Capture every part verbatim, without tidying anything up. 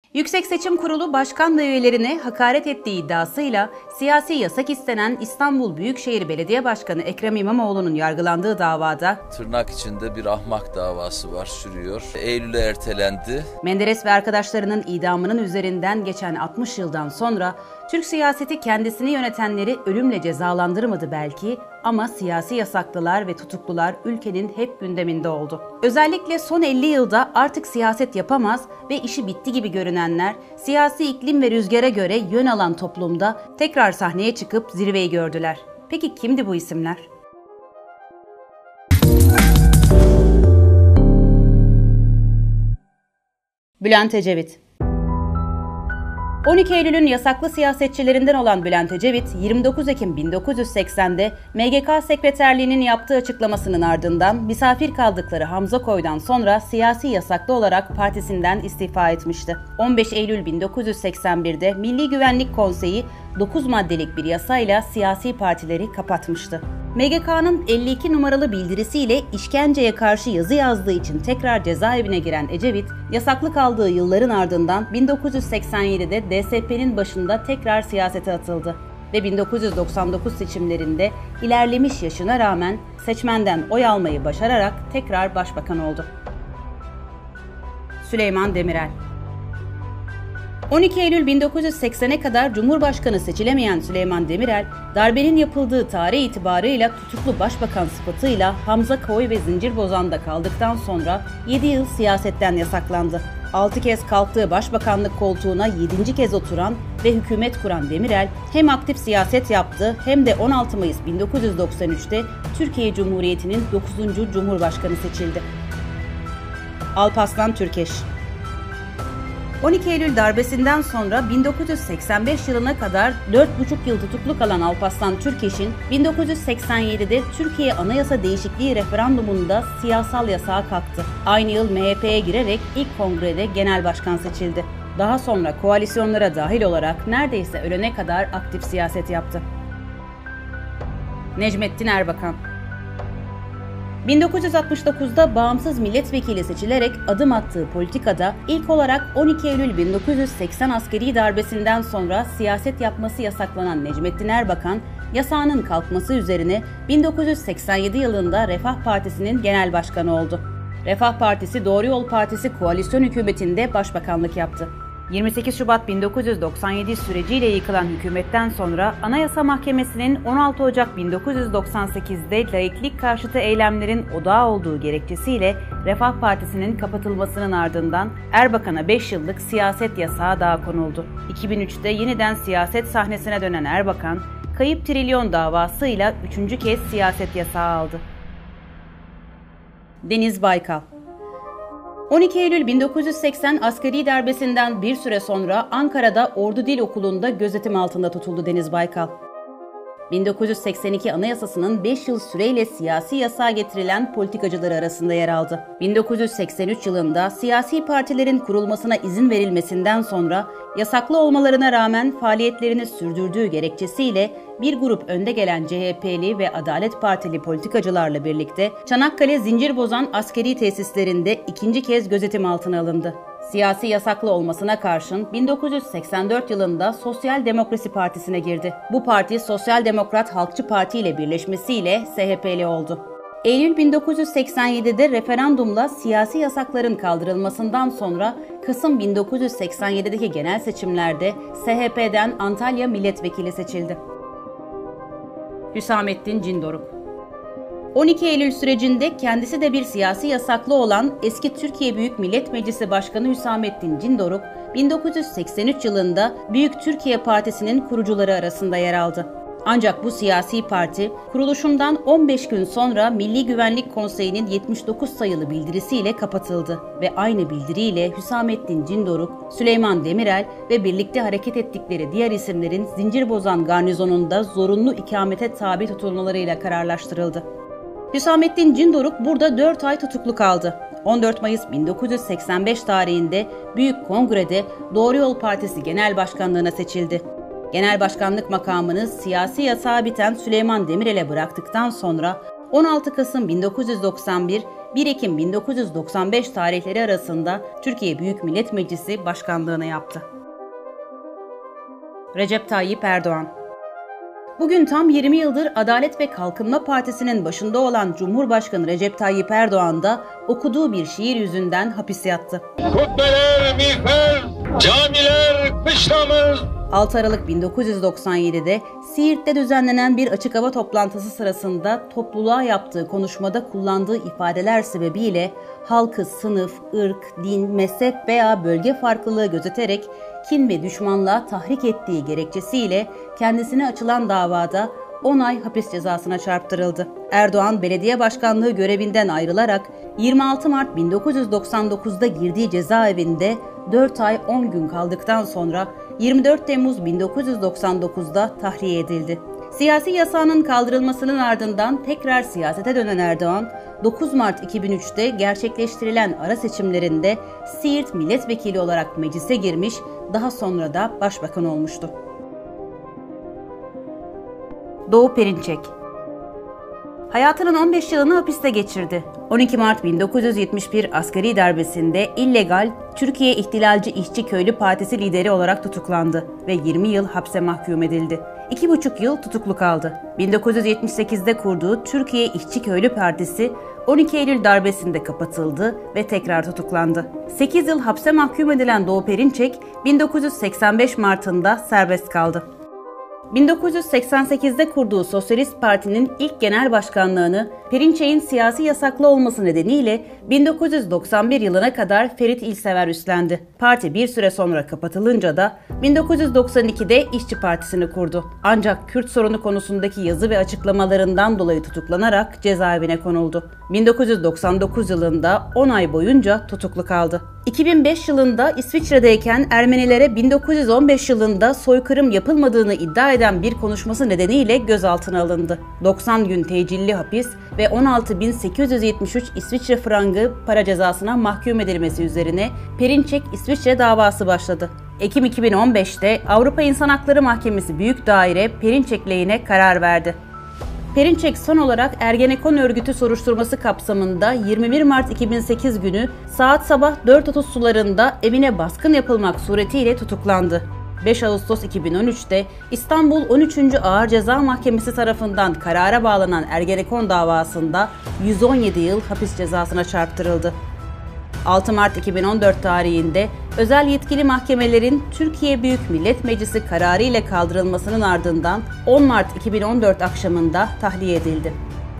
Yüksek Seçim Kurulu başkan ve üyelerine hakaret ettiği iddiasıyla siyasi yasak istenen İstanbul Büyükşehir Belediye Başkanı Ekrem İmamoğlu'nun yargılandığı davada tırnak içinde bir ahmak davası var, sürüyor. Eylül'e ertelendi. Menderes ve arkadaşlarının idamının üzerinden geçen altmış yıldan sonra Türk siyaseti kendisini yönetenleri ölümle cezalandırmadı belki ama siyasi yasaklılar ve tutuklular ülkenin hep gündeminde oldu. Özellikle son elli yılda artık siyaset yapamaz ve işi bitti gibi görünenler siyasi iklim ve rüzgara göre yön alan toplumda tekrar sahneye çıkıp zirveyi gördüler. Peki kimdi bu isimler? Bülent Ecevit. on iki Eylül'ün yasaklı siyasetçilerinden olan Bülent Ecevit, yirmi dokuz Ekim bin dokuz yüz seksende M G K Sekreterliği'nin yaptığı açıklamasının ardından misafir kaldıkları Hamza Koy'dan sonra siyasi yasaklı olarak partisinden istifa etmişti. on beş Eylül bin dokuz yüz seksen birde Milli Güvenlik Konseyi dokuz maddelik bir yasayla siyasi partileri kapatmıştı. M G K'nın elli iki numaralı bildirisiyle işkenceye karşı yazı yazdığı için tekrar cezaevine giren Ecevit, yasaklı kaldığı yılların ardından bin dokuz yüz seksen yedide D S P'nin başında tekrar siyasete atıldı ve bin dokuz yüz doksan dokuz seçimlerinde ilerlemiş yaşına rağmen seçmenden oy almayı başararak tekrar başbakan oldu. Süleyman Demirel. on iki Eylül bin dokuz yüz seksene kadar Cumhurbaşkanı seçilemeyen Süleyman Demirel, darbenin yapıldığı tarih itibarıyla tutuklu başbakan sıfatıyla Hamza Koy ve Zincirbozan'da kaldıktan sonra yedi yıl siyasetten yasaklandı. altı kez kalktığı başbakanlık koltuğuna yedinci kez oturan ve hükümet kuran Demirel, hem aktif siyaset yaptı hem de on altı Mayıs bin dokuz yüz doksan üçte Türkiye Cumhuriyeti'nin dokuzuncu Cumhurbaşkanı seçildi. Alparslan Türkeş. on iki Eylül darbesinden sonra bin dokuz yüz seksen beş yılına kadar dört buçuk yıl tutuklu kalan Alparslan Türkeş'in bin dokuz yüz seksen yedide Türkiye Anayasa Değişikliği referandumunda siyasal yasağa kalktı. Aynı yıl M H P'ye girerek ilk kongrede genel başkan seçildi. Daha sonra koalisyonlara dahil olarak neredeyse ölene kadar aktif siyaset yaptı. Necmettin Erbakan. bin dokuz yüz altmış dokuzda bağımsız milletvekili seçilerek adım attığı politikada ilk olarak on iki Eylül bin dokuz yüz seksen askeri darbesinden sonra siyaset yapması yasaklanan Necmettin Erbakan, yasağının kalkması üzerine bin dokuz yüz seksen yedi yılında Refah Partisi'nin genel başkanı oldu. Refah Partisi Doğru Yol Partisi koalisyon hükümetinde başbakanlık yaptı. yirmi sekiz Şubat bin dokuz yüz doksan yedi süreciyle yıkılan hükümetten sonra Anayasa Mahkemesi'nin on altı Ocak bin dokuz yüz doksan sekizde laiklik karşıtı eylemlerin odağı olduğu gerekçesiyle Refah Partisi'nin kapatılmasının ardından Erbakan'a beş yıllık siyaset yasağı daha konuldu. iki bin üçte yeniden siyaset sahnesine dönen Erbakan, kayıp trilyon davasıyla üçüncü kez siyaset yasağı aldı. Deniz Baykal. on iki Eylül bin dokuz yüz seksen askeri darbesinden bir süre sonra Ankara'da Ordu Dil Okulu'nda gözetim altında tutuldu Deniz Baykal. bin dokuz yüz seksen iki Anayasası'nın beş yıl süreyle siyasi yasağa getirilen politikacıları arasında yer aldı. bin dokuz yüz seksen üç yılında siyasi partilerin kurulmasına izin verilmesinden sonra yasaklı olmalarına rağmen faaliyetlerini sürdürdüğü gerekçesiyle bir grup önde gelen C H P'li ve Adalet Partili politikacılarla birlikte Çanakkale Zincirbozan askeri tesislerinde ikinci kez gözetim altına alındı. Siyasi yasaklı olmasına karşın bin dokuz yüz seksen dört yılında Sosyal Demokrasi Partisi'ne girdi. Bu parti Sosyal Demokrat Halkçı Parti ile birleşmesiyle S H P'li oldu. Eylül bin dokuz yüz seksen yedide referandumla siyasi yasakların kaldırılmasından sonra Kasım bin dokuz yüz seksen yedideki genel seçimlerde S H P'den Antalya Milletvekili seçildi. Hüsamettin Cindoruk. on iki Eylül sürecinde kendisi de bir siyasi yasaklı olan eski Türkiye Büyük Millet Meclisi Başkanı Hüsamettin Cindoruk, bin dokuz yüz seksen üç yılında Büyük Türkiye Partisi'nin kurucuları arasında yer aldı. Ancak bu siyasi parti, kuruluşundan on beş gün sonra Milli Güvenlik Konseyi'nin yetmiş dokuz sayılı bildirisiyle kapatıldı ve aynı bildiriyle Hüsamettin Cindoruk, Süleyman Demirel ve birlikte hareket ettikleri diğer isimlerin Zincirbozan garnizonunda zorunlu ikamete tabi tutulmalarıyla kararlaştırıldı. Hüsamettin Cindoruk burada dört ay tutuklu kaldı. on dört Mayıs bin dokuz yüz seksen beş tarihinde Büyük Kongre'de Doğru Yol Partisi Genel Başkanlığına seçildi. Genel başkanlık makamını siyasi yasağı biten Süleyman Demirel'e bıraktıktan sonra on altı Kasım bin dokuz yüz doksan bir bir Ekim bin dokuz yüz doksan beş tarihleri arasında Türkiye Büyük Millet Meclisi Başkanlığını yaptı. Recep Tayyip Erdoğan. Bugün tam yirmi yıldır Adalet ve Kalkınma Partisi'nin başında olan Cumhurbaşkanı Recep Tayyip Erdoğan da okuduğu bir şiir yüzünden hapis yattı. Kubbeler miğfer, camiler kışlamız. altı Aralık bin dokuz yüz doksan yedi'de Siirt'te düzenlenen bir açık hava toplantısı sırasında topluluğa yaptığı konuşmada kullandığı ifadeler sebebiyle halkı sınıf, ırk, din, mezhep veya bölge farklılığı gözeterek kin ve düşmanlığa tahrik ettiği gerekçesiyle kendisine açılan davada on ay hapis cezasına çarptırıldı. Erdoğan belediye başkanlığı görevinden ayrılarak yirmi altı Mart bin dokuz yüz doksan dokuz'da girdiği cezaevinde dört ay on gün kaldıktan sonra yirmi dört Temmuz bin dokuz yüz doksan dokuz'da tahliye edildi. Siyasi yasağının kaldırılmasının ardından tekrar siyasete dönen Erdoğan, dokuz Mart iki bin üç'te gerçekleştirilen ara seçimlerinde Siirt milletvekili olarak meclise girmiş, daha sonra da başbakan olmuştu. Doğu Perinçek. Hayatının on beş yılını hapiste geçirdi. on iki Mart bin dokuz yüz yetmiş bir askeri darbesinde illegal Türkiye İhtilalci İşçi Köylü Partisi lideri olarak tutuklandı ve yirmi yıl hapse mahkum edildi. iki buçuk yıl tutuklu kaldı. bin dokuz yüz yetmiş sekiz'de kurduğu Türkiye İşçi Köylü Partisi on iki Eylül darbesinde kapatıldı ve tekrar tutuklandı. sekiz yıl hapse mahkum edilen Doğu Perinçek bin dokuz yüz seksen beş Mart'ında serbest kaldı. bin dokuz yüz seksen sekiz'de kurduğu Sosyalist Parti'nin ilk genel başkanlığını Perinçek'in siyasi yasaklı olması nedeniyle bin dokuz yüz doksan bir yılına kadar Ferit İlsever üstlendi. Parti bir süre sonra kapatılınca da bin dokuz yüz doksan iki'de İşçi Partisi'ni kurdu. Ancak Kürt sorunu konusundaki yazı ve açıklamalarından dolayı tutuklanarak cezaevine konuldu. bin dokuz yüz doksan dokuz yılında on ay boyunca tutuklu kaldı. iki bin beş yılında İsviçre'deyken Ermenilere bin dokuz yüz on beş yılında soykırım yapılmadığını iddia eden bir konuşması nedeniyle gözaltına alındı. doksan gün tecilli hapis ve on altı bin sekiz yüz yetmiş üç İsviçre frangı para cezasına mahkum edilmesi üzerine Perinçek İsviçre davası başladı. Ekim iki bin on beş'te Avrupa İnsan Hakları Mahkemesi Büyük Daire Perinçek lehine karar verdi. Perinçek son olarak Ergenekon örgütü soruşturması kapsamında yirmi bir Mart iki bin sekiz günü saat sabah dört otuz sularında evine baskın yapılmak suretiyle tutuklandı. beş Ağustos iki bin on üç'te İstanbul on üçüncü Ağır Ceza Mahkemesi tarafından karara bağlanan Ergenekon davasında yüz on yedi yıl hapis cezasına çarptırıldı. altı Mart iki bin on dört tarihinde özel yetkili mahkemelerin Türkiye Büyük Millet Meclisi kararı ile kaldırılmasının ardından on Mart iki bin on dört akşamında tahliye edildi.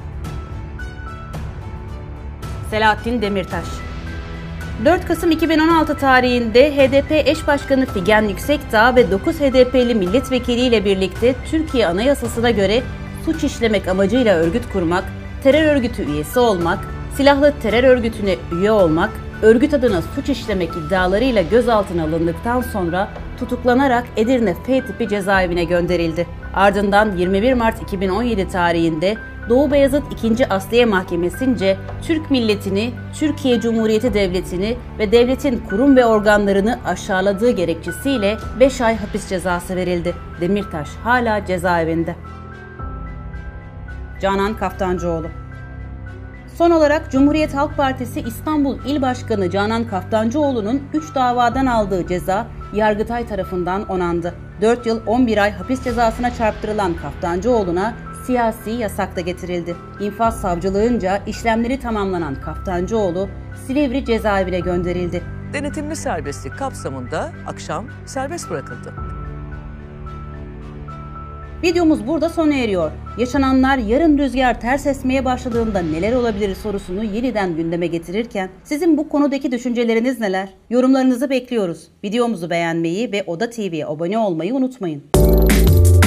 Selahattin Demirtaş. dört Kasım iki bin on altı tarihinde H D P eş başkanı Figen Yüksekdağ ve dokuz H D P'li milletvekiliyle birlikte Türkiye Anayasası'na göre suç işlemek amacıyla örgüt kurmak, terör örgütü üyesi olmak, silahlı terör örgütüne üye olmak, örgüt adına suç işlemek iddialarıyla gözaltına alındıktan sonra tutuklanarak Edirne F tipi cezaevine gönderildi. Ardından yirmi bir Mart iki bin on yedi tarihinde Doğu Beyazıt ikinci Asliye Mahkemesi'nce Türk milletini, Türkiye Cumhuriyeti Devleti'ni ve devletin kurum ve organlarını aşağıladığı gerekçesiyle beş ay hapis cezası verildi. Demirtaş hala cezaevinde. Canan Kaftancıoğlu. Son olarak Cumhuriyet Halk Partisi İstanbul İl Başkanı Canan Kaftancıoğlu'nun üç davadan aldığı ceza Yargıtay tarafından onandı. dört yıl on bir ay hapis cezasına çarptırılan Kaftancıoğlu'na siyasi yasak da getirildi. İnfaz savcılığınca işlemleri tamamlanan Kaftancıoğlu Silivri cezaevine gönderildi. Denetimli serbestlik kapsamında akşam serbest bırakıldı. Videomuz burada sona eriyor. Yaşananlar yarın rüzgar ters esmeye başladığında neler olabilir sorusunu yeniden gündeme getirirken sizin bu konudaki düşünceleriniz neler? Yorumlarınızı bekliyoruz. Videomuzu beğenmeyi ve Oda T V'ye abone olmayı unutmayın.